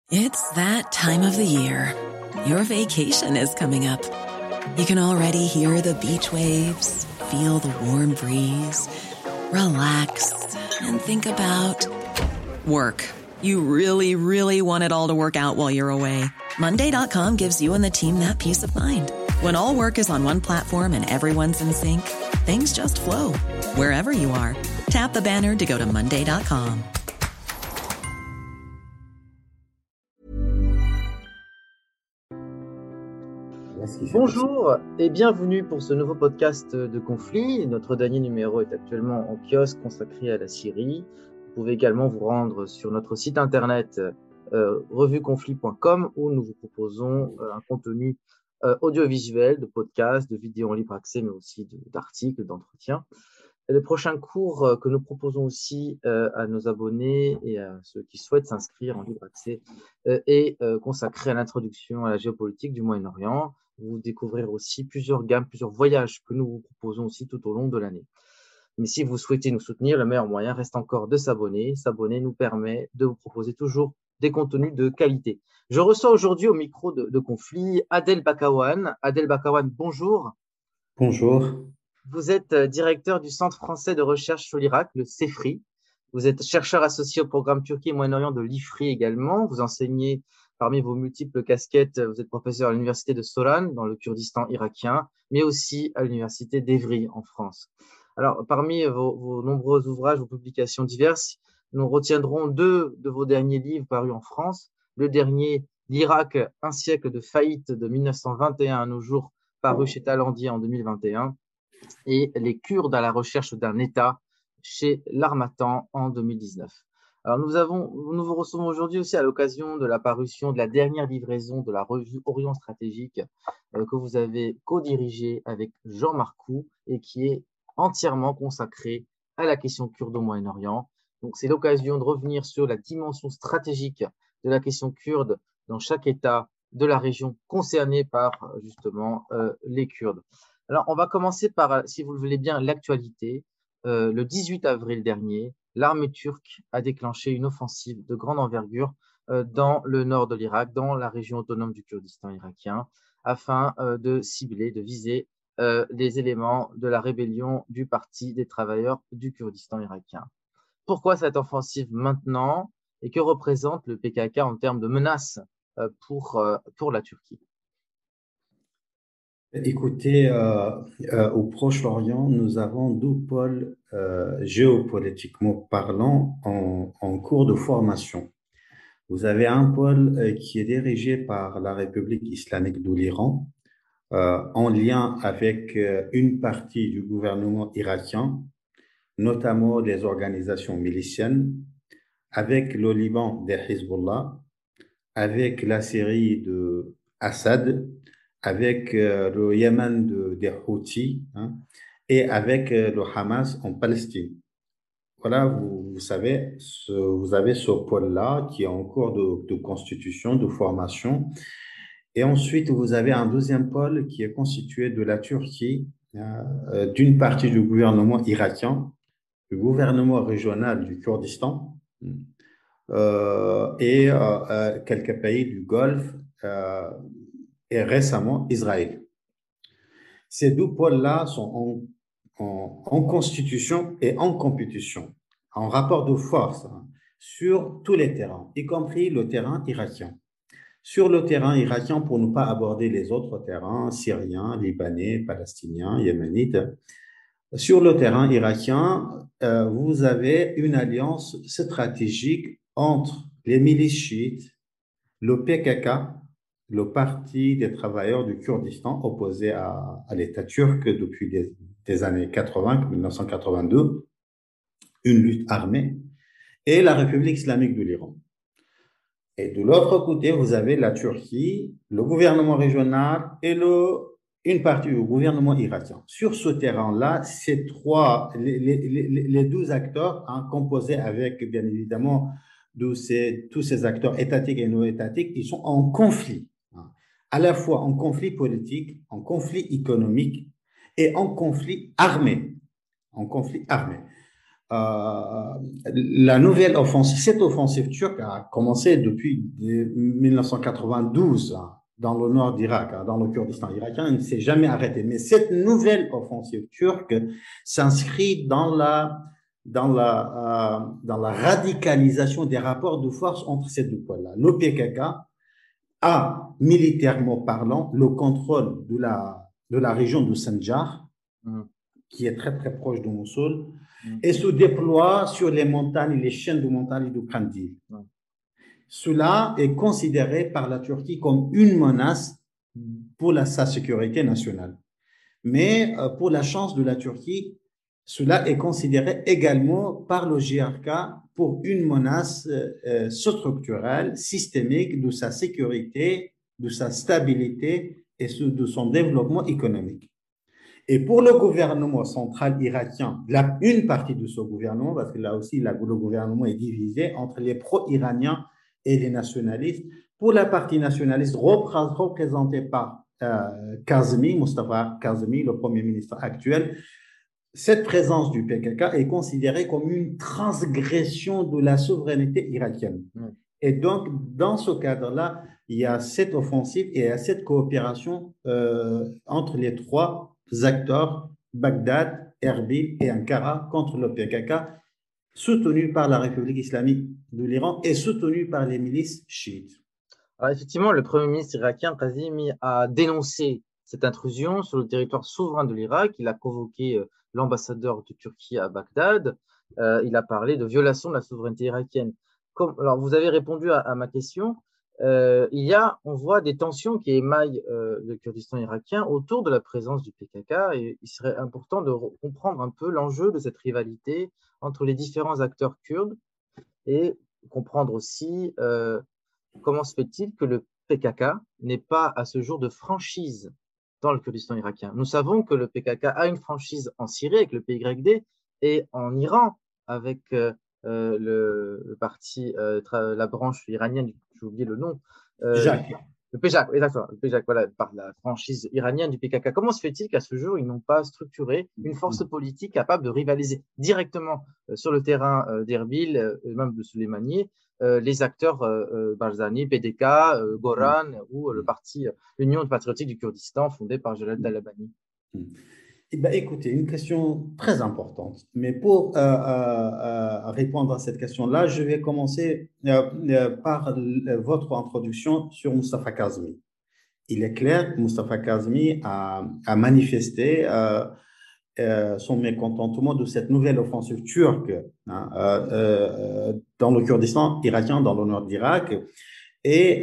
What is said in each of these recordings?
It's that time of the year. Your vacation is coming up. You can already hear the beach waves, feel the warm breeze, relax, and think about work. You really, really want it all to work out while you're away. Monday.com gives you and the team that peace of mind. When all work is on one platform and everyone's in sync, things just flow. Wherever you are, tap the banner to go to Monday.com. Bonjour et bienvenue pour ce nouveau podcast de Conflit. Notre dernier numéro est actuellement en kiosque consacré à la Syrie. Vous pouvez également vous rendre sur notre site internet revueconflit.com où nous vous proposons un contenu audiovisuel, de podcasts, de vidéos en libre accès, mais aussi d'articles, d'entretiens. Et le prochain cours que nous proposons aussi à nos abonnés et à ceux qui souhaitent s'inscrire en libre accès est consacré à l'introduction à la géopolitique du Moyen-Orient. Vous découvrirez aussi plusieurs gammes, plusieurs voyages que nous vous proposons aussi tout au long de l'année. Mais si vous souhaitez nous soutenir, le meilleur moyen reste encore de s'abonner. S'abonner nous permet de vous proposer toujours des contenus de qualité. Je reçois aujourd'hui au micro de Conflit Adel Bakawan. Adel Bakawan, bonjour. Bonjour. Vous êtes directeur du Centre français de recherche sur l'Irak, le CEFRI. Vous êtes chercheur associé au programme Turquie et Moyen-Orient de l'IFRI également. Vous enseignez parmi vos multiples casquettes, vous êtes professeur à l'université de Soran dans le Kurdistan irakien, mais aussi à l'université d'Evry en France. Alors, parmi vos nombreux ouvrages, vos publications diverses, nous retiendrons deux de vos derniers livres parus en France. Le dernier, L'Irak, un siècle de faillite de 1921 à nos jours, paru chez Talandier en 2021. Et Les Kurdes à la recherche d'un État chez l'Harmattan en 2019. Alors nous vous recevons aujourd'hui aussi à l'occasion de la parution de la dernière livraison de la revue Orient Stratégique que vous avez co-dirigée avec Jean Marcoux et qui est entièrement consacrée à la question kurde au Moyen-Orient. Donc c'est l'occasion de revenir sur la dimension stratégique de la question kurde dans chaque État de la région concernée par justement les Kurdes. Alors, on va commencer par, si vous le voulez bien, l'actualité. Le 18 avril dernier, l'armée turque a déclenché une offensive de grande envergure dans le nord de l'Irak, dans la région autonome du Kurdistan irakien, afin de cibler, de viser les éléments de la rébellion du Parti des travailleurs du Kurdistan irakien. Pourquoi cette offensive maintenant et que représente le PKK en termes de menaces pour la Turquie ? Écoutez, au Proche-Orient, nous avons deux pôles géopolitiquement parlant en cours de formation. Vous avez un pôle qui est dirigé par la République islamique de l'Iran, en lien avec une partie du gouvernement irakien, notamment les organisations miliciennes, avec le Liban des Hezbollah, avec la Syrie de Assad, avec le Yémen des Houthis, et avec le Hamas en Palestine. Voilà, vous savez, vous avez ce pôle-là qui est en cours de constitution, de formation. Et ensuite, vous avez un deuxième pôle qui est constitué de la Turquie, d'une partie du gouvernement irakien, du gouvernement régional du Kurdistan, et quelques pays du Golfe, et récemment Israël. Ces deux pôles-là sont en constitution et en compétition, en rapport de force sur tous les terrains, y compris le terrain irakien. Sur le terrain irakien, pour ne pas aborder les autres terrains, syriens, libanais, palestiniens, yéménites, sur le terrain irakien, vous avez une alliance stratégique entre les milices chiites, le PKK, le Parti des travailleurs du Kurdistan, opposé à l'État turc depuis des années 80, 1982, une lutte armée, et la République islamique de l'Iran. Et de l'autre côté, vous avez la Turquie, le gouvernement régional et une partie du gouvernement irakien. Sur ce terrain-là, les 12 acteurs, composés avec, bien évidemment, tous ces acteurs étatiques et non étatiques, ils sont en conflit, à la fois en conflit politique, en conflit économique et en conflit armé. la nouvelle offensive, cette offensive turque a commencé depuis 1992 hein, dans le nord d'Irak, hein, dans le Kurdistan irakien, elle ne s'est jamais arrêtée. Mais cette nouvelle offensive turque s'inscrit dans la radicalisation des rapports de force entre ces deux pôles-là. Le PKK a, militairement parlant, le contrôle de la région de Sanjar, qui est très très proche de Mossoul, et se déploie sur les montagnes, les chaînes de montagnes de Kandil. Cela est considéré par la Turquie comme une menace pour sa sécurité nationale. Mais pour la chance de la Turquie, cela est considéré également par le GRK pour une menace structurelle, systémique de sa sécurité, de sa stabilité et de son développement économique. Et pour le gouvernement central irakien, une partie de ce gouvernement, parce que là aussi le gouvernement est divisé entre les pro-iraniens et les nationalistes, pour la partie nationaliste représentée par Kazmi, Mustafa Kazmi, le Premier ministre actuel, cette présence du PKK est considérée comme une transgression de la souveraineté irakienne. Et donc, dans ce cadre-là, il y a cette offensive et il y a cette coopération entre les trois acteurs, Bagdad, Erbil et Ankara, contre le PKK, soutenu par la République islamique de l'Iran et soutenu par les milices chiites. Alors effectivement, le Premier ministre irakien, Kazimi, a dénoncé cette intrusion sur le territoire souverain de l'Irak. Il a convoqué l'ambassadeur de Turquie à Bagdad. Il a parlé de violation de la souveraineté irakienne. Alors, vous avez répondu à ma question. On voit des tensions qui émaillent le Kurdistan irakien autour de la présence du PKK et il serait important de comprendre un peu l'enjeu de cette rivalité entre les différents acteurs kurdes et comprendre aussi comment se fait-il que le PKK n'ait pas à ce jour de franchise dans le Kurdistan irakien. Nous savons que le PKK a une franchise en Syrie avec le PYD et en Iran avec le parti, la branche iranienne, j'ai oublié le nom. Le PJAK, exactement. Le PJAK, voilà, par la franchise iranienne du PKK. Comment se fait-il qu'à ce jour, ils n'ont pas structuré une force politique capable de rivaliser directement sur le terrain d'Erbil, même de Soleimani, les acteurs Barzani, PDK, Goran ou le parti l'Union patriotique du Kurdistan fondée par Jalal Talabani? Eh bien, écoutez, une question très importante. Mais pour répondre à cette question-là, je vais commencer par votre introduction sur Mustafa Kazmi. Il est clair que Mustafa Kazmi a manifesté son mécontentement de cette nouvelle offensive turque hein, dans le Kurdistan irakien, dans le nord d'Irak. Et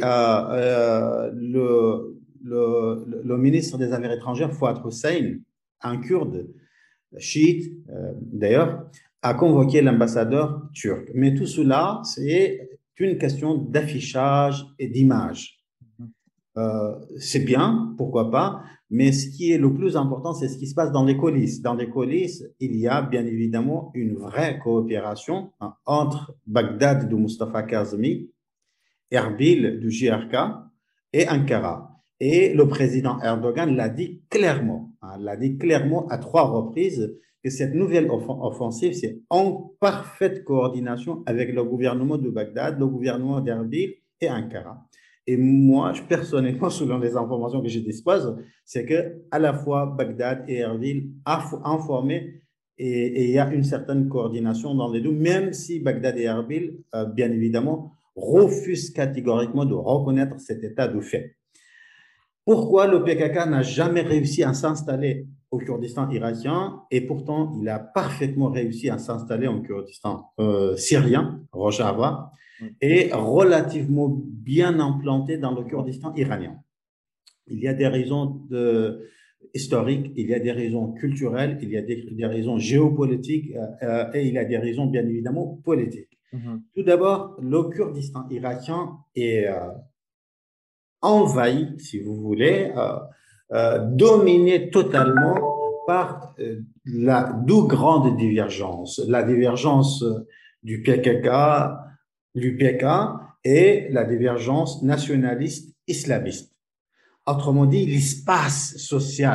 le ministre des Affaires étrangères, Fouad Hussein, un Kurde chiite d'ailleurs, a convoqué l'ambassadeur turc. Mais tout cela, c'est une question d'affichage et d'image. C'est bien, pourquoi pas, mais ce qui est le plus important, c'est ce qui se passe dans les coulisses. Dans les coulisses, il y a bien évidemment une vraie coopération hein, entre Bagdad de Mustafa Kazmi, Erbil du GRK et Ankara. Et le président Erdogan l'a dit clairement à 3 reprises que cette nouvelle offensive, c'est en parfaite coordination avec le gouvernement de Bagdad, le gouvernement d'Erbil et Ankara. Et moi, personnellement, selon les informations que je dispose, c'est que à la fois Bagdad et Erbil ont informé et il y a une certaine coordination dans les deux, même si Bagdad et Erbil, bien évidemment, refusent catégoriquement de reconnaître cet état de fait. Pourquoi le PKK n'a jamais réussi à s'installer au Kurdistan irakien et pourtant il a parfaitement réussi à s'installer en Kurdistan syrien, Rojava, et relativement bien implanté dans le Kurdistan iranien. Il y a des raisons historiques, il y a des raisons culturelles, il y a des raisons géopolitiques et il y a des raisons bien évidemment politiques. Tout d'abord, le Kurdistan irakien est envahi, si vous voulez, dominé totalement par deux grandes divergences. La divergence du PKK, l'UPK et la divergence nationaliste islamiste. Autrement dit, l'espace social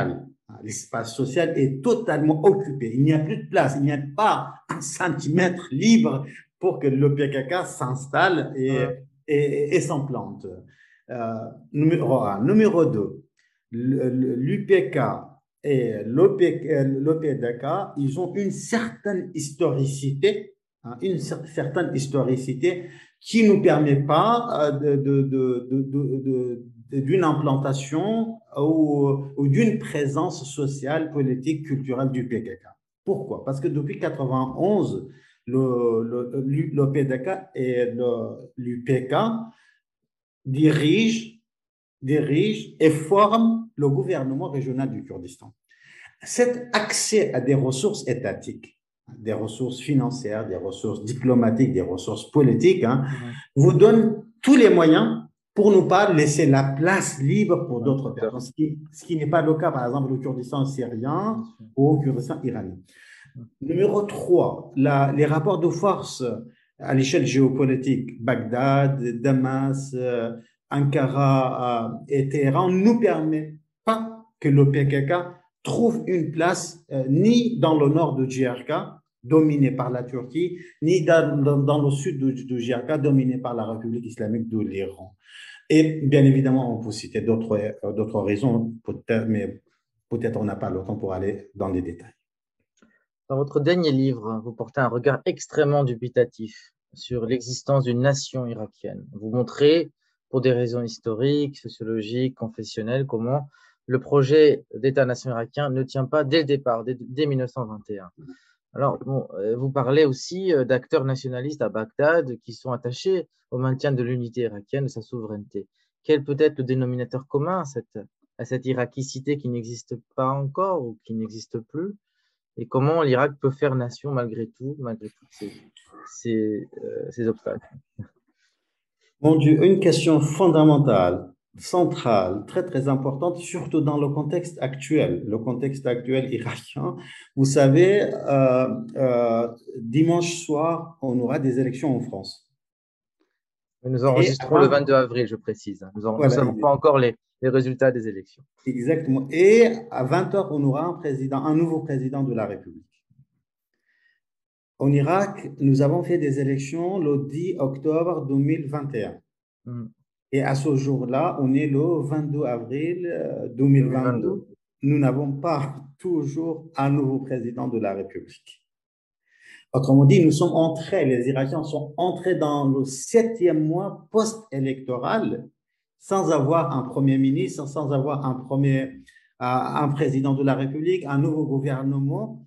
L'espace social est totalement occupé. Il n'y a plus de place. Il n'y a pas un centimètre libre pour que le PKK s'installe et s'implante. Numéro un. Numéro deux, l'UPK et l'OPDK, ils ont une certaine historicité, qui ne nous permet pas d'une implantation ou d'une présence sociale, politique, culturelle du PKK. Pourquoi? Parce que depuis 1991, l'OPDK et l'UPK dirigent et forment le gouvernement régional du Kurdistan. Cet accès à des ressources étatiques, des ressources financières, des ressources diplomatiques, des ressources politiques, vous donne tous les moyens pour ne pas laisser la place libre pour d'autres personnes, ce qui n'est pas le cas, par exemple, au Kurdistan syrien ou au Kurdistan iranien. Numéro 3, les rapports de force à l'échelle géopolitique, Bagdad, Damas, Ankara et Téhéran, ne nous permettent pas que le PKK trouve une place ni dans le nord de GRK, dominé par la Turquie, ni dans le sud de GRK, dominé par la République islamique de l'Iran. Et bien évidemment, on peut citer d'autres raisons, mais peut-être on n'a pas le temps pour aller dans les détails. Dans votre dernier livre, vous portez un regard extrêmement dubitatif sur l'existence d'une nation irakienne. Vous montrez, pour des raisons historiques, sociologiques, confessionnelles, comment le projet d'État-nation irakien ne tient pas dès le départ, dès 1921. Alors, vous parlez aussi d'acteurs nationalistes à Bagdad qui sont attachés au maintien de l'unité irakienne, de sa souveraineté. Quel peut être le dénominateur commun à cette irakicité qui n'existe pas encore ou qui n'existe plus? Et comment l'Irak peut faire nation malgré tout, malgré tous ces obstacles? Mon Dieu, une question fondamentale, centrale, très très importante, surtout dans le contexte actuel irakien. Vous savez, dimanche soir, on aura des élections en France. Nous enregistrons le 22 avril, je précise. Nous n'avons pas encore les résultats des élections. Exactement. Et à 20h, on aura un nouveau président de la République. En Irak, nous avons fait des élections le 10 octobre 2021. Et à ce jour-là, on est le 22 avril 2022. Nous n'avons pas toujours un nouveau président de la République. Autrement dit, les Irakiens sont entrés dans le 7e mois post-électoral sans avoir un premier ministre, sans avoir un président de la République, un nouveau gouvernement.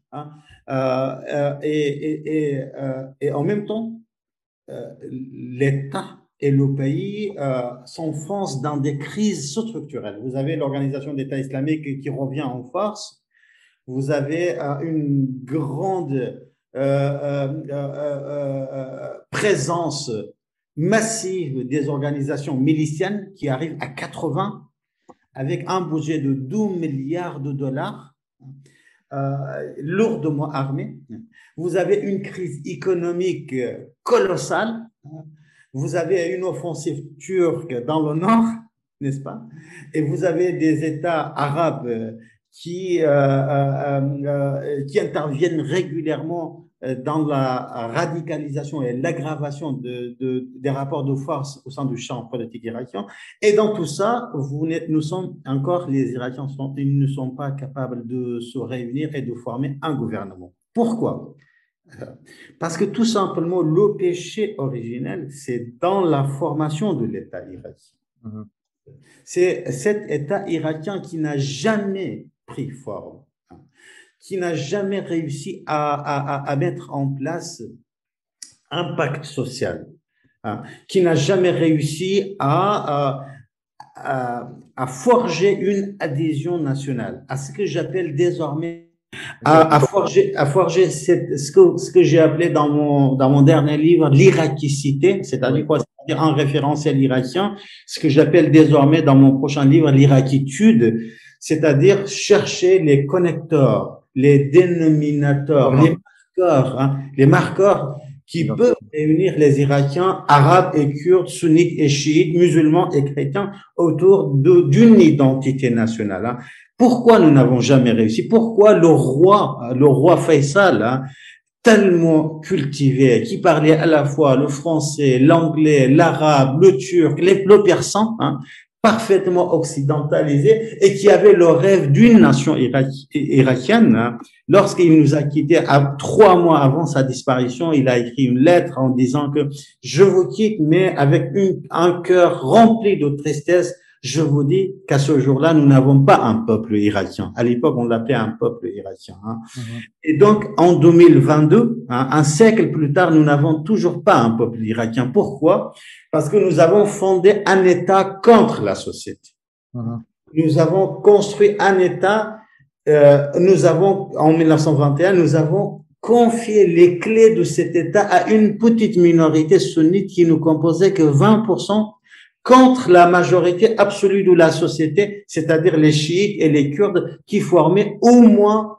Et en même temps, l'État et le pays s'enfoncent dans des crises structurelles. Vous avez l'organisation d'État islamique qui revient en force. Vous avez une grande présence massive des organisations miliciennes qui arrivent à 80 avec un budget de 12 milliards de dollars, lourdement armés. Vous avez une crise économique colossale. Vous avez une offensive turque dans le nord, n'est-ce pas? Et vous avez des États arabes qui interviennent régulièrement dans la radicalisation et l'aggravation des rapports de force au sein du champ politique irakien. Et dans tout ça, les Irakiens ils ne sont pas capables de se réunir et de former un gouvernement. Pourquoi? Parce que tout simplement, le péché originel, c'est dans la formation de l'État irakien. C'est cet État irakien qui n'a jamais pris forme, qui n'a jamais réussi à mettre en place un pacte social, qui n'a jamais réussi à forger une adhésion nationale, à ce que j'appelle désormais à forger ce que j'ai appelé dans mon dernier livre l'irakicité, c'est-à-dire quoi? C'est-à-dire un référentiel irakien, ce que j'appelle désormais dans mon prochain livre l'irakitude, c'est-à-dire chercher les connecteurs, les dénominateurs, les marqueurs qui peut réunir les Irakiens, arabes et kurdes, sunnites et chiites, musulmans et chrétiens autour d'une identité nationale. Hein. Pourquoi nous n'avons jamais réussi? Pourquoi le roi Faisal, hein, tellement cultivé, qui parlait à la fois le français, l'anglais, l'arabe, le turc, le persan, hein, parfaitement occidentalisé et qui avait le rêve d'une nation irakienne. Hein. Lorsqu'il nous a quittés 3 mois avant sa disparition, il a écrit une lettre en disant que je vous quitte, mais avec un cœur rempli de tristesse. Je vous dis qu'à ce jour-là, nous n'avons pas un peuple irakien. À l'époque, on l'appelait un peuple irakien. Hein. Et donc, en 2022, hein, un siècle plus tard, nous n'avons toujours pas un peuple irakien. Pourquoi? Parce que nous avons fondé un État contre la société. Nous avons construit un État, en 1921, nous avons confié les clés de cet État à une petite minorité sunnite qui ne composait que 20% contre la majorité absolue de la société, c'est-à-dire les chiites et les kurdes qui formaient au moins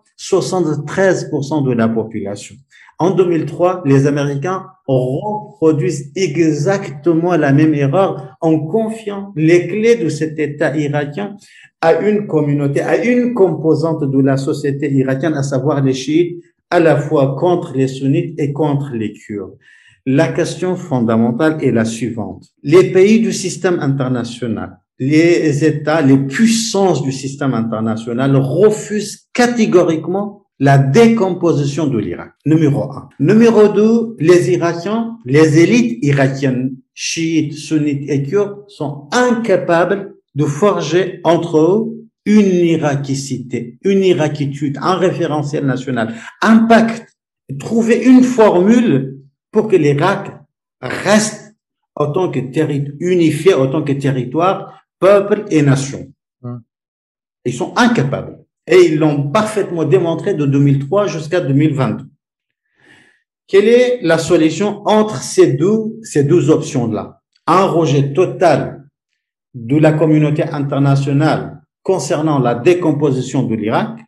73% de la population. En 2003, les Américains reproduisent exactement la même erreur en confiant les clés de cet État irakien à une communauté, à une composante de la société irakienne, à savoir les chiites, à la fois contre les sunnites et contre les kurdes. La question fondamentale est la suivante. Les pays du système international, les États, les puissances du système international refusent catégoriquement la décomposition de l'Irak. Numéro 1. Numéro 2, les Irakiens, les élites irakiennes, chiites, sunnites et kurdes sont incapables de forger entre eux une irakicité, une irakitude, un référentiel national, un pacte, trouver une formule pour que l'Irak reste en tant que unifié, en tant que territoire, peuple et nation. Ils sont incapables. Et ils l'ont parfaitement démontré de 2003 jusqu'à 2022. Quelle est la solution entre ces deux options-là? Un rejet total de la communauté internationale concernant la décomposition de l'Irak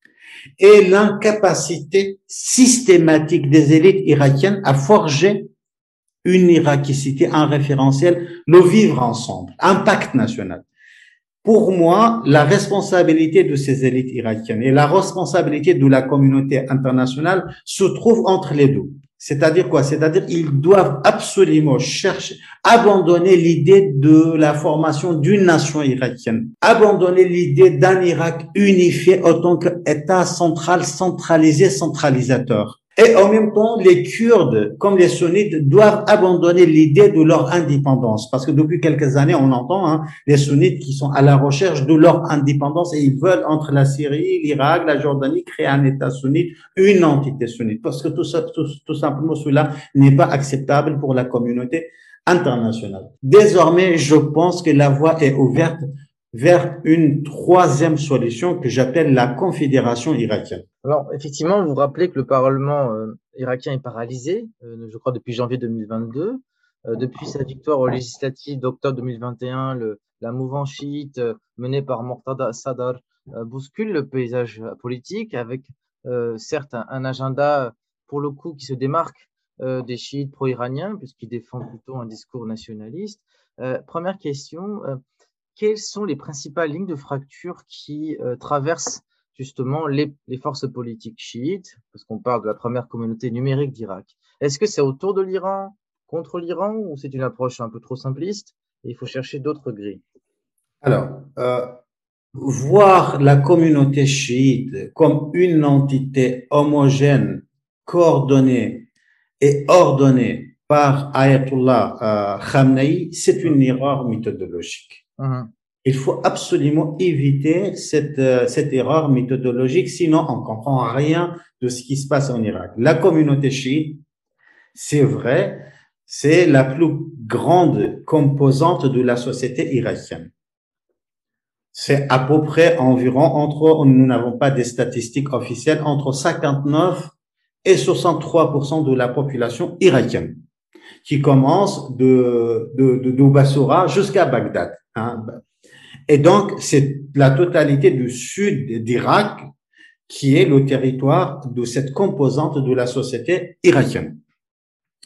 et l'incapacité systématique des élites irakiennes à forger une irakicité, un référentiel, le vivre ensemble, un pacte national. Pour moi, la responsabilité de ces élites irakiennes et la responsabilité de la communauté internationale se trouve entre les deux. C'est-à-dire quoi? C'est-à-dire ils doivent absolument abandonner l'idée de la formation d'une nation irakienne, abandonner l'idée d'un Irak unifié en tant qu'État central, centralisé, centralisateur. Et en même temps, les Kurdes, comme les Sunnites, doivent abandonner l'idée de leur indépendance. Parce que depuis quelques années, on entend les Sunnites qui sont à la recherche de leur indépendance et ils veulent, entre la Syrie, l'Irak, la Jordanie, créer un État sunnite, une entité sunnite. Parce que tout simplement, cela n'est pas acceptable pour la communauté internationale. Désormais, je pense que la voie est ouverte vers une troisième solution que j'appelle la confédération irakienne. Alors, effectivement, vous vous rappelez que le Parlement irakien est paralysé, je crois, depuis janvier 2022. Depuis sa victoire aux législatives d'octobre 2021, la mouvance chiite menée par Moqtada Sadr bouscule le paysage politique avec, certes, un agenda, pour le coup, qui se démarque des chiites pro-iraniens, puisqu'ils défendent plutôt un discours nationaliste. Première question, quelles sont les principales lignes de fracture qui traversent justement les forces politiques chiites, parce qu'on parle de la première communauté numérique d'Irak? Est-ce que c'est autour de l'Iran, contre l'Iran, ou c'est une approche un peu trop simpliste et il faut chercher d'autres grilles? Alors, voir la communauté chiite comme une entité homogène, coordonnée et ordonnée par Ayatollah Khamenei, c'est une erreur méthodologique. Il faut absolument éviter cette erreur méthodologique, sinon on ne comprend rien de ce qui se passe en Irak. La communauté chiite, c'est vrai, c'est la plus grande composante de la société irakienne. C'est à peu près environ, nous n'avons pas des statistiques officielles, entre 59 et 63% de la population irakienne, qui commence de Bassoura jusqu'à Bagdad. Et donc, c'est la totalité du sud d'Irak qui est le territoire de cette composante de la société irakienne.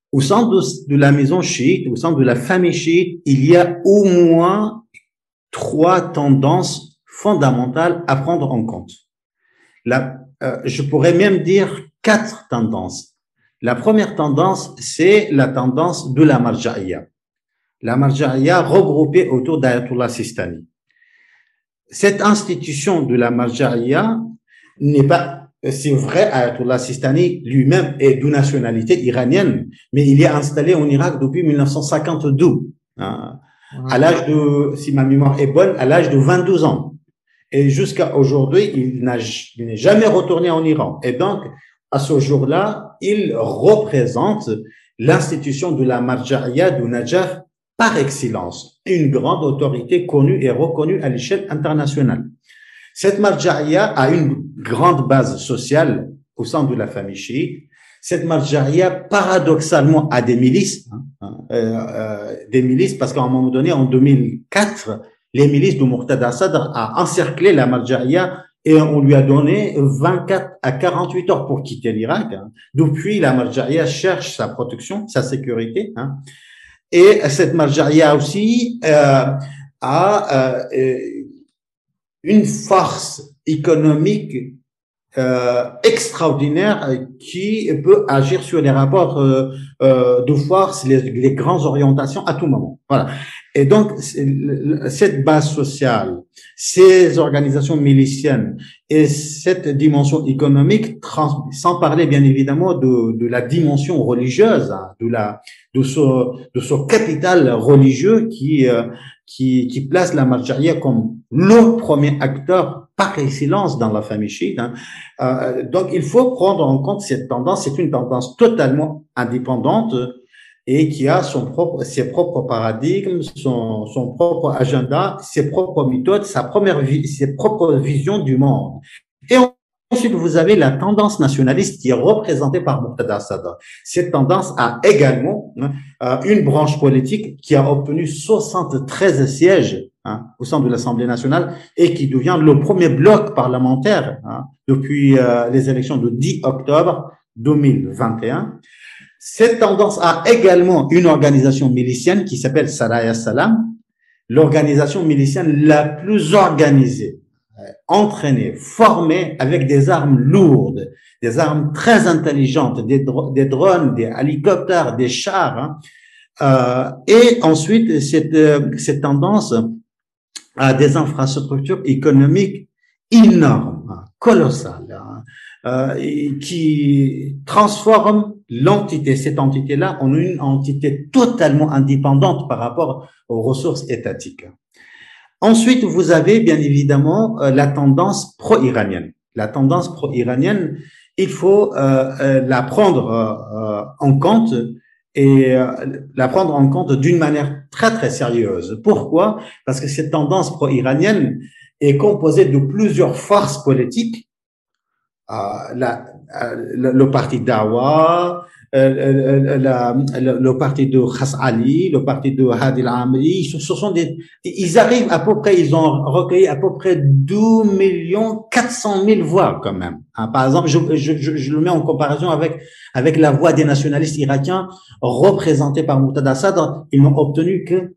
au sein de la maison chiite, au sein de la famille chiite, il y a au moins 3 tendances fondamentales à prendre en compte. Je pourrais même dire 4 tendances. La première tendance, c'est la tendance de la Marja'iyya. La Marja'iyya regroupée autour d'Ayatollah Sistani. Cette institution de la Marja'iyya n'est pas, c'est vrai, Ayatollah Sistani lui-même est de nationalité iranienne, mais il est installé en Irak depuis 1952, hein, à l'âge de, si ma mémoire est bonne, à l'âge de 22 ans. Et jusqu'à aujourd'hui, il n'est jamais retourné en Iran. Et donc, à ce jour-là, il représente l'institution de la Marja'iyya de Najaf par excellence, une grande autorité connue et reconnue à l'échelle internationale. Cette Marja'iyya a une grande base sociale au sein de la famille chiite. Cette Marja'iyya, paradoxalement, a des milices, parce qu'à un moment donné, en 2004, les milices de Muqtada Sadr a encerclé la Marja'iyya et on lui a donné 24 à 48 heures pour quitter l'Irak. Depuis, la Marja'iyya cherche sa protection, sa sécurité. Et cette Marja'iyya aussi a une force économique extraordinaire qui peut agir sur les rapports de force, les grandes orientations à tout moment. Voilà. Et donc, cette base sociale, ces organisations miliciennes et cette dimension économique, sans parler bien évidemment de la dimension religieuse, de ce capital religieux qui place la Marja'iyya comme le premier acteur par excellence dans la famille chiite. Donc, il faut prendre en compte cette tendance. C'est une tendance totalement indépendante et qui a ses propres paradigmes, son propre agenda, ses propres méthodes, ses propres visions du monde. Et ensuite, vous avez la tendance nationaliste qui est représentée par Muqtada Sadr. Cette tendance a également une branche politique qui a obtenu 73 sièges au sein de l'Assemblée nationale et qui devient le premier bloc parlementaire depuis les élections de 10 octobre 2021. Cette tendance a également une organisation milicienne qui s'appelle Saraya Salam, l'organisation milicienne la plus organisée, entraînée, formée avec des armes lourdes, des armes très intelligentes, des drones, des hélicoptères, des chars. Et ensuite, cette tendance a des infrastructures économiques énormes, colossales, qui transforment cette entité-là en une entité totalement indépendante par rapport aux ressources étatiques. Ensuite, vous avez bien évidemment la tendance pro-iranienne. La tendance pro-iranienne, il faut la prendre en compte et la prendre en compte d'une manière très très sérieuse. Pourquoi? Parce que cette tendance pro-iranienne est composée de plusieurs forces politiques. Le parti Dawa, le parti de Khas Ali, le parti de Hadi al-Amri, ils arrivent à peu près, ils ont recueilli à peu près 2 400 000 voix quand même. Par exemple, je le mets en comparaison avec la voix des nationalistes irakiens représentés par Muqtada Sadr, ils n'ont obtenu que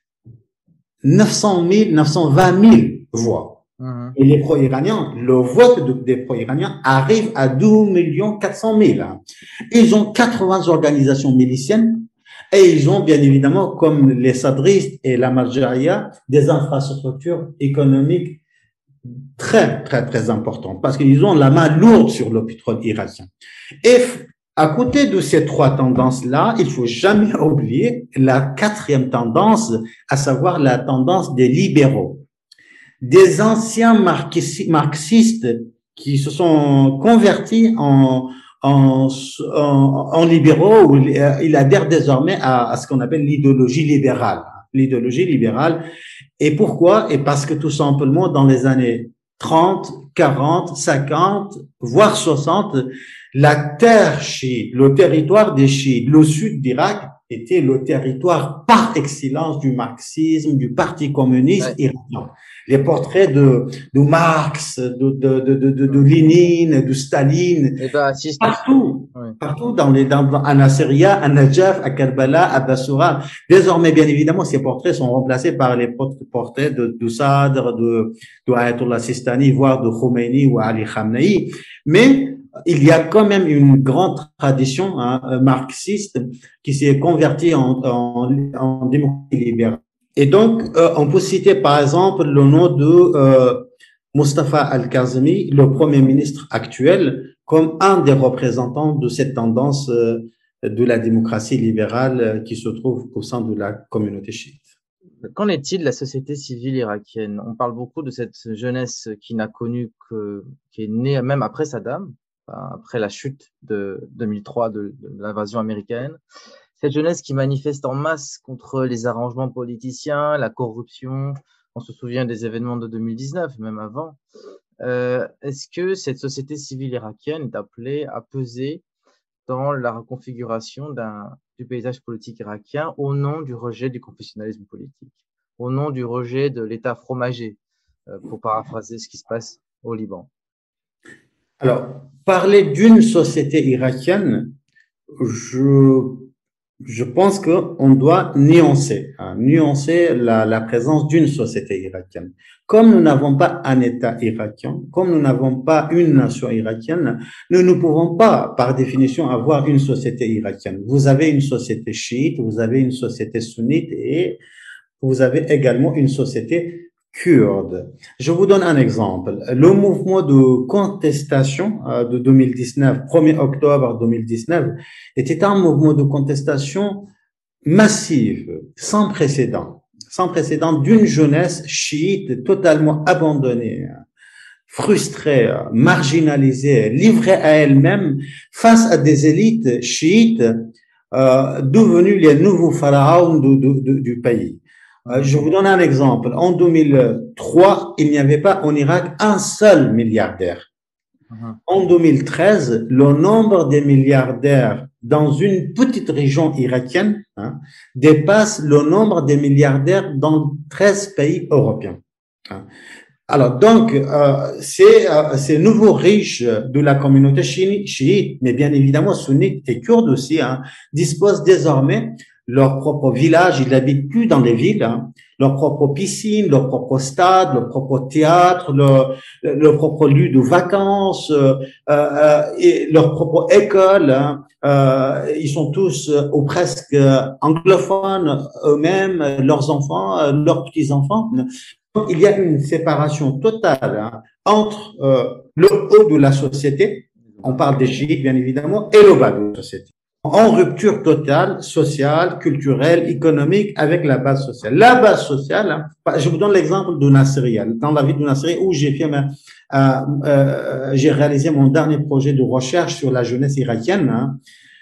920 000 voix. Et les pro-iraniens, le vote des pro-iraniens arrive à 2 400 000. Ils ont 80 organisations miliciennes et ils ont bien évidemment, comme les sadristes et la Marja'iyya, des infrastructures économiques très, très, très importantes parce qu'ils ont la main lourde sur le pétrole irakien. Et à côté de ces 3 tendances-là, il faut jamais oublier la 4e tendance, à savoir la tendance des libéraux. Des anciens marxistes qui se sont convertis en libéraux, où ils adhèrent désormais à ce qu'on appelle l'idéologie libérale. L'idéologie libérale. Et pourquoi? Et parce que tout simplement, dans les années 30, 40, 50, voire 60, la terre chiite, le territoire des chiites, le sud d'Irak, était le territoire par excellence du marxisme, du Parti communiste iranien. Les portraits de Marx, de Lénine, de Staline, partout à Nasiriyah, à Najaf, à Karbala, à Bassoura. Désormais, bien évidemment, ces portraits sont remplacés par les portraits de Sadr, de Ayatollah Sistani, voire de Khomeini ou Ali Khamenei. Mais il y a quand même une grande tradition marxiste qui s'est convertie en démocratie libérale. Et donc, on peut citer par exemple le nom de Mustafa Al-Kazemi, le Premier ministre actuel, comme un des représentants de cette tendance de la démocratie libérale qui se trouve au sein de la communauté chiite. Qu'en est-il de la société civile irakienne? On parle beaucoup de cette jeunesse qui n'a connu qui est née même après Saddam, après la chute de 2003 de l'invasion américaine. Cette jeunesse qui manifeste en masse contre les arrangements politiciens, la corruption. On se souvient des événements de 2019, même avant. Est-ce que cette société civile irakienne est appelée à peser dans la reconfiguration du paysage politique irakien au nom du rejet du confessionnalisme politique, au nom du rejet de l'État fromager, pour paraphraser ce qui se passe au Liban? Alors, parler d'une société irakienne, je pense qu'on doit nuancer la présence d'une société irakienne. Comme nous n'avons pas un État irakien, comme nous n'avons pas une nation irakienne, nous ne pouvons pas, par définition, avoir une société irakienne. Vous avez une société chiite, vous avez une société sunnite et vous avez également une société kurde. Je vous donne un exemple. Le mouvement de contestation de 2019, 1er octobre 2019, était un mouvement de contestation massive, sans précédent d'une jeunesse chiite totalement abandonnée, frustrée, marginalisée, livrée à elle-même face à des élites chiites devenues les nouveaux pharaons du pays. Je vous donne un exemple. En 2003, il n'y avait pas en Irak un seul milliardaire. En 2013, le nombre des milliardaires dans une petite région irakienne dépasse le nombre des milliardaires dans 13 pays européens. Alors donc, ces nouveaux riches de la communauté chiite, mais bien évidemment sunnites et kurdes aussi, disposent désormais leur propre village, ils n'habitent plus dans les villes, leur propre piscine, leur propre stade, leur propre théâtre, leur propre lieu de vacances, et leur propre école. Ils sont tous ou presque anglophones eux-mêmes, leurs enfants, leurs petits-enfants. Il y a une séparation totale entre le haut de la société, on parle des chiites bien évidemment, et le bas de la société. En rupture totale, sociale, culturelle, économique avec la base sociale. La base sociale, je vous donne l'exemple de Nasiriyah, dans la ville de Nasiriyah où j'ai réalisé mon dernier projet de recherche sur la jeunesse irakienne.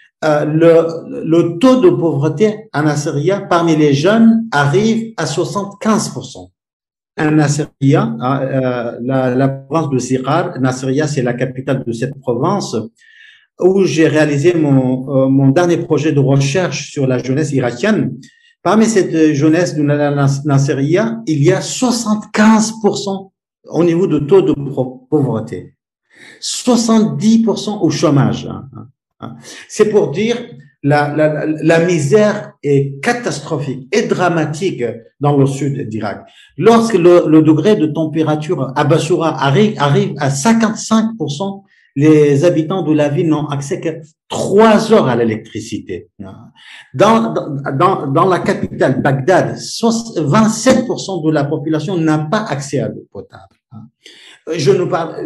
Le taux de pauvreté à Nasiriyah parmi les jeunes arrive à 75%. À Nasiriyah, la province de Sirar, Nasiriyah c'est la capitale de cette province, où j'ai réalisé mon dernier projet de recherche sur la jeunesse irakienne. Parmi cette jeunesse de Nasiriyah, il y a 75% au niveau de taux de pauvreté, 70% au chômage. C'est pour dire la misère est catastrophique et dramatique dans le sud d'Irak. Lorsque le degré de température à Bassoura arrive à 55%, les habitants de la ville n'ont accès que 3 heures à l'électricité. Dans la capitale, Bagdad, 27% de la population n'a pas accès à l'eau potable. Je nous parle,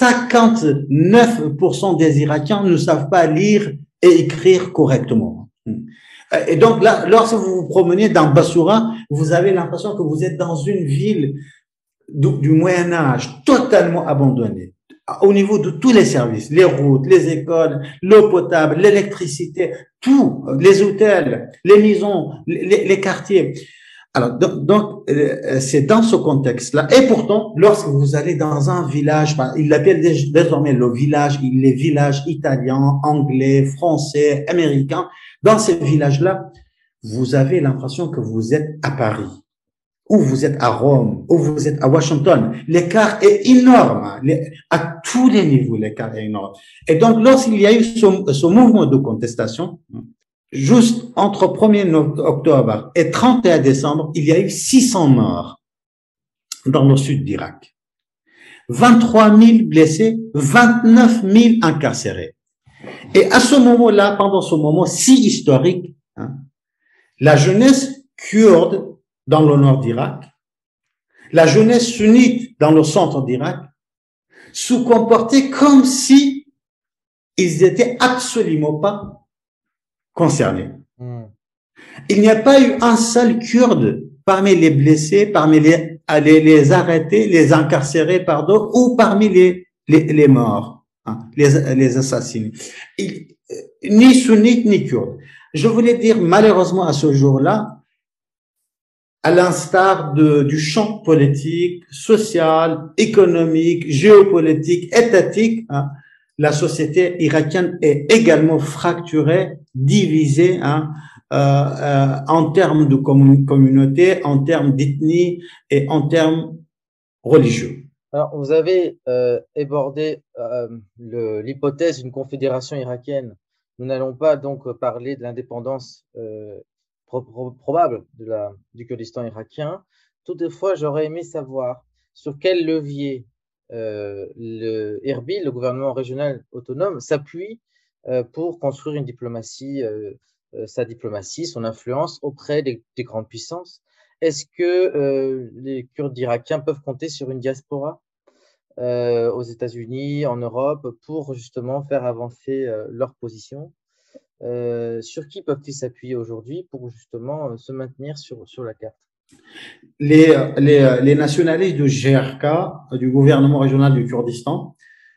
59% des Irakiens ne savent pas lire et écrire correctement. Et donc là, lorsque vous vous promenez dans Bassoura, vous avez l'impression que vous êtes dans une ville du Moyen-Âge totalement abandonnée. Au niveau de tous les services, les routes, les écoles, l'eau potable, l'électricité, tout, les hôtels, les maisons, les quartiers. Alors, donc, c'est dans ce contexte-là. Et pourtant, lorsque vous allez dans un village, ils l'appellent désormais les villages italiens, anglais, français, américains. Dans ces villages-là, vous avez l'impression que vous êtes à Paris, ou vous êtes à Rome, ou vous êtes à Washington. L'écart est énorme. À tous les niveaux, l'écart est énorme. Et donc, lorsqu'il y a eu ce mouvement de contestation, juste entre 1er octobre et 31 décembre, il y a eu 600 morts dans le sud d'Irak. 23 000 blessés, 29 000 incarcérés. Et à ce moment-là, pendant ce moment si historique, la jeunesse kurde dans le nord d'Irak, la jeunesse sunnite dans le centre d'Irak, se comportaient comme si ils étaient absolument pas concernés. Il n'y a pas eu un seul Kurde parmi les blessés, parmi les arrêtés, les incarcérés, pardon, ou parmi les morts, les assassinés. Ni sunnites, ni kurdes. Je voulais dire, malheureusement, à ce jour-là, à l'instar du champ politique, social, économique, géopolitique, étatique, la société irakienne est également fracturée, divisée, en termes de communauté, en termes d'ethnie et en termes religieux. Alors, vous avez abordé l'hypothèse d'une confédération irakienne. Nous n'allons pas donc parler de l'indépendance probable du Kurdistan irakien. Toutefois, j'aurais aimé savoir sur quel levier Erbil, le gouvernement régional autonome, s'appuie pour construire une diplomatie, sa diplomatie, son influence auprès des grandes puissances. Est-ce que les Kurdes irakiens peuvent compter sur une diaspora aux États-Unis, en Europe, pour justement faire avancer leur position? Sur qui peuvent-ils s'appuyer aujourd'hui pour justement se maintenir sur la carte? Les nationalistes du GRK, du gouvernement régional du Kurdistan,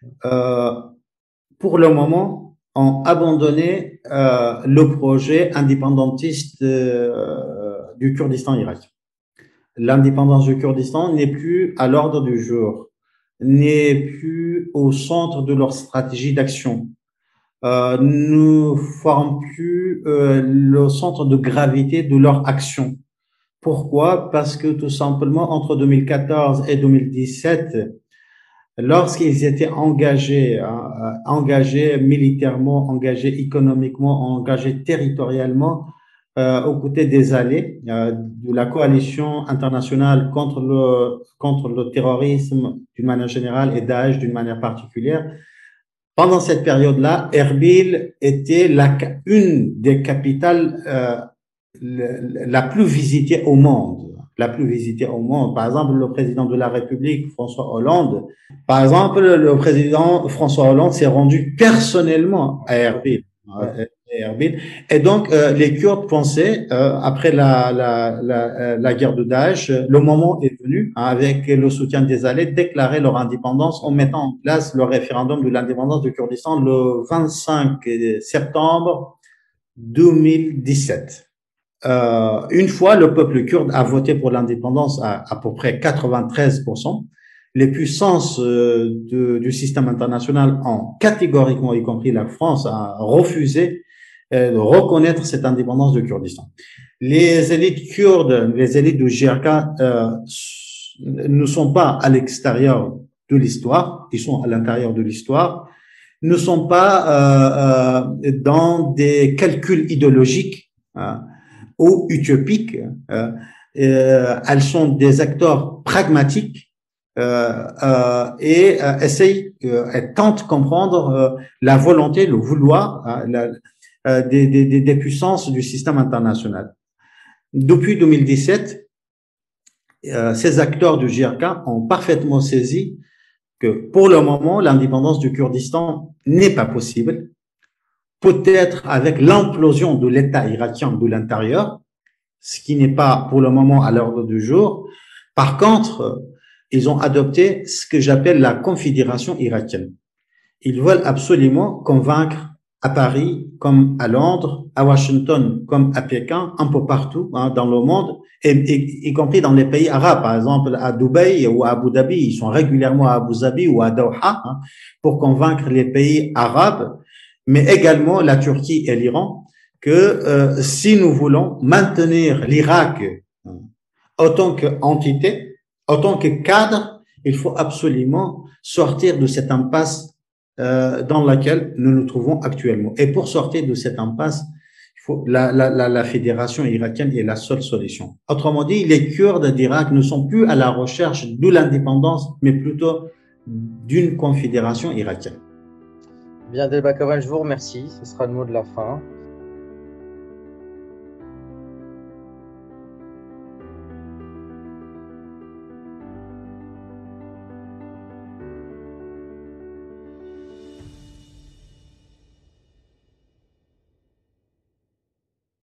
pour le moment, ont abandonné le projet indépendantiste du Kurdistan irakien. L'indépendance du Kurdistan n'est plus à l'ordre du jour, n'est plus au centre de leur stratégie d'action, ne forme plus le centre de gravité de leur action. Pourquoi? Parce que tout simplement, entre 2014 et 2017, lorsqu'ils étaient engagés militairement, engagés économiquement, engagés territorialement, aux côtés des alliés de la coalition internationale contre le terrorisme d'une manière générale et Daesh d'une manière particulière. Pendant cette période-là, Erbil était une des capitales la plus visitée au monde. La plus visitée au monde. Par exemple, le président de la République, François Hollande, s'est rendu personnellement à Erbil. Et donc, les Kurdes pensaient, après la guerre de Daesh, le moment est venu, avec le soutien des Alliés, déclarer leur indépendance en mettant en place le référendum de l'indépendance du Kurdistan le 25 septembre 2017. Une fois, le peuple kurde a voté pour l'indépendance à peu près 93%. Les puissances du système international ont catégoriquement, y compris la France, a refusé de reconnaître cette indépendance du Kurdistan. Les élites kurdes, les élites du GRK ne sont pas à l'extérieur de l'histoire, ils sont à l'intérieur de l'histoire, ne sont pas dans des calculs idéologiques ou utopiques. Elles sont des acteurs pragmatiques et essayent et tentent de comprendre la volonté, le vouloir des puissances du système international. Depuis 2017, ces acteurs du GRK ont parfaitement saisi que pour le moment, l'indépendance du Kurdistan n'est pas possible. Peut-être avec l'implosion de l'État irakien de l'intérieur, ce qui n'est pas pour le moment à l'ordre du jour. Par contre, ils ont adopté ce que j'appelle la confédération irakienne. Ils veulent absolument convaincre à Paris, comme à Londres, à Washington, comme à Pékin, un peu partout dans le monde, y compris dans les pays arabes, par exemple à Dubaï ou à Abu Dhabi. Ils sont régulièrement à Abu Dhabi ou à Doha pour convaincre les pays arabes, mais également la Turquie et l'Iran, que si nous voulons maintenir l'Irak autant qu'entité, autant que cadre, il faut absolument sortir de cette impasse dans laquelle nous nous trouvons actuellement. Et pour sortir de cette impasse, la fédération irakienne est la seule solution. Autrement dit, les Kurdes d'Irak ne sont plus à la recherche de l'indépendance, mais plutôt d'une confédération irakienne. Bien, Abdelbakawan, je vous remercie. Ce sera le mot de la fin.